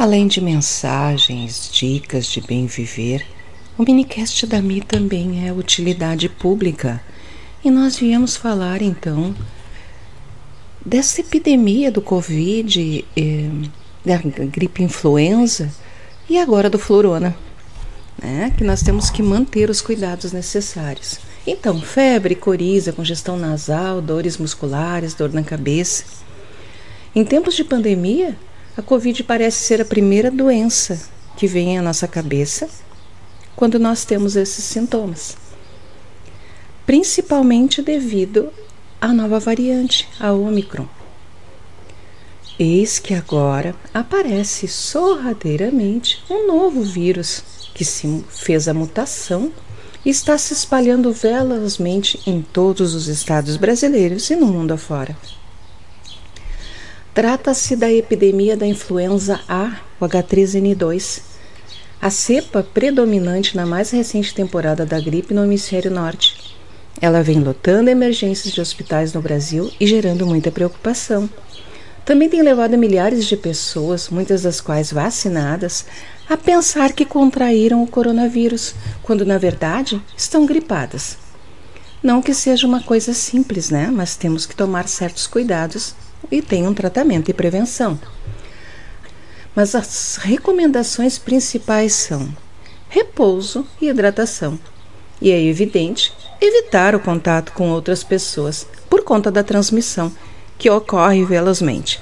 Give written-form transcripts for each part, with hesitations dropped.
Além de mensagens, dicas de bem viver, o minicast da Mi também é utilidade pública. E nós viemos falar então dessa epidemia do Covid, da gripe influenza e agora do florona, né? Que nós temos que manter os cuidados necessários. Então, febre, coriza, congestão nasal, dores musculares, dor na cabeça. Em tempos de pandemia, a Covid parece ser a primeira doença que vem à nossa cabeça quando nós temos esses sintomas, principalmente devido à nova variante, a Ômicron. Eis que agora aparece sorrateiramente um novo vírus que se fez a mutação e está se espalhando velozmente em todos os estados brasileiros e no mundo afora. Trata-se da epidemia da influenza A, o H3N2, a cepa predominante na mais recente temporada da gripe no hemisfério norte. Ela vem lotando emergências de hospitais no Brasil e gerando muita preocupação. Também tem levado milhares de pessoas, muitas das quais vacinadas, a pensar que contraíram o coronavírus, quando na verdade estão gripadas. Não que seja uma coisa simples, né? Mas temos que tomar certos cuidados e tem um tratamento e prevenção. Mas as recomendações principais são repouso e hidratação. E é evidente evitar o contato com outras pessoas por conta da transmissão, que ocorre velozmente.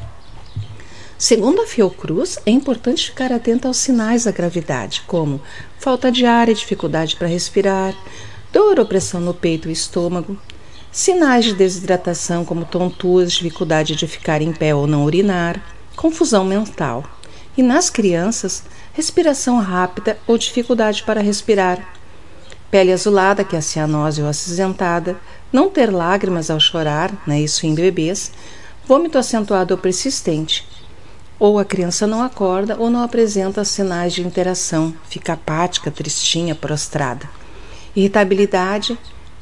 Segundo a Fiocruz, é importante ficar atento aos sinais da gravidade, como falta de ar e dificuldade para respirar, dor ou pressão no peito e estômago, sinais de desidratação como tonturas, dificuldade de ficar em pé ou não urinar, confusão mental. E nas crianças, respiração rápida ou dificuldade para respirar, pele azulada, que é a cianose ou acinzentada, não ter lágrimas ao chorar, né, isso em bebês, vômito acentuado ou persistente, ou a criança não acorda ou não apresenta sinais de interação, fica apática, tristinha, prostrada, irritabilidade,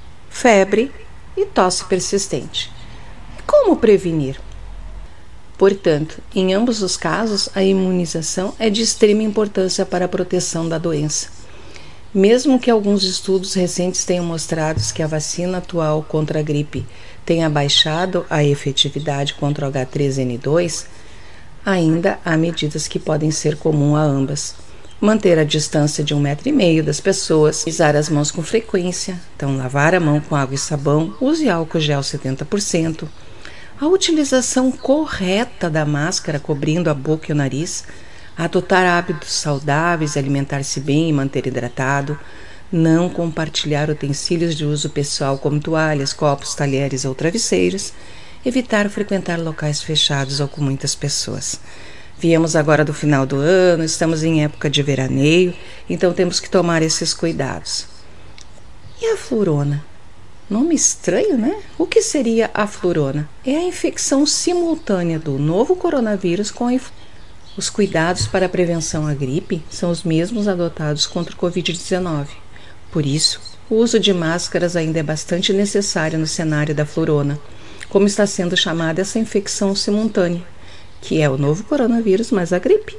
febre e tosse persistente. Como prevenir? Portanto, em ambos os casos, a imunização é de extrema importância para a proteção da doença. Mesmo que alguns estudos recentes tenham mostrado que a vacina atual contra a gripe tenha baixado a efetividade contra o H3N2, ainda há medidas que podem ser comuns a ambas. Manter a distância de 1,5 metro das pessoas, usar as mãos com frequência, então lavar a mão com água e sabão, use álcool gel 70%, a utilização correta da máscara cobrindo a boca e o nariz, adotar hábitos saudáveis, alimentar-se bem e manter hidratado, não compartilhar utensílios de uso pessoal como toalhas, copos, talheres ou travesseiros, evitar frequentar locais fechados ou com muitas pessoas. Viemos agora do final do ano, estamos em época de veraneio, então temos que tomar esses cuidados. E a florona? Nome estranho, né? O que seria a florona? É a infecção simultânea do novo coronavírus com a Os cuidados para a prevenção à gripe são os mesmos adotados contra o Covid-19. Por isso, o uso de máscaras ainda é bastante necessário no cenário da florona, como está sendo chamada essa infecção simultânea, que é o novo coronavírus mais a gripe.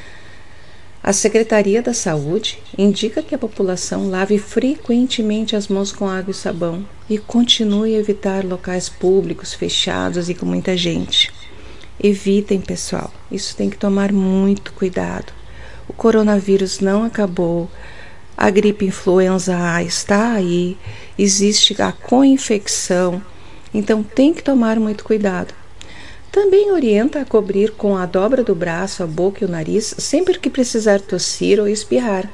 A Secretaria da Saúde indica que a população lave frequentemente as mãos com água e sabão e continue a evitar locais públicos fechados e com muita gente. Evitem, pessoal, isso tem que tomar muito cuidado. O coronavírus não acabou, a gripe influenza A está aí, existe a co-infecção, então tem que tomar muito cuidado. Também orienta a cobrir com a dobra do braço, a boca e o nariz sempre que precisar tossir ou espirrar.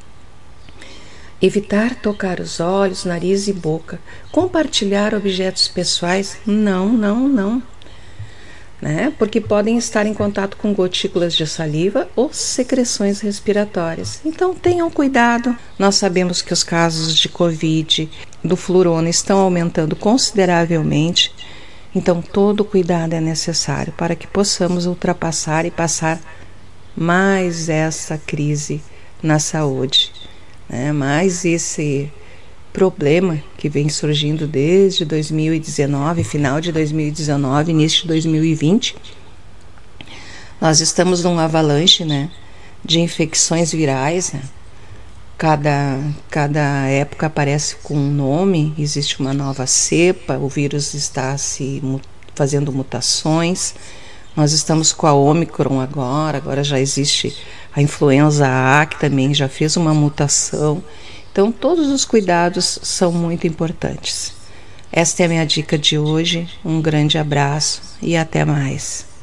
Evitar tocar os olhos, nariz e boca. Compartilhar objetos pessoais, não. Né? Porque podem estar em contato com gotículas de saliva ou secreções respiratórias. Então tenham cuidado. Nós sabemos que os casos de Covid, do florona, estão aumentando consideravelmente. Então todo cuidado é necessário para que possamos ultrapassar e passar mais essa crise na saúde, né? Mais esse problema que vem surgindo desde 2019, final de 2019, início de 2020, Nós estamos num avalanche, né, de infecções virais, né? Cada época aparece com um nome, existe uma nova cepa, o vírus está fazendo mutações. Nós estamos com a Ômicron agora já existe a influenza A, que também já fez uma mutação. Então, todos os cuidados são muito importantes. Esta é a minha dica de hoje. Um grande abraço e até mais.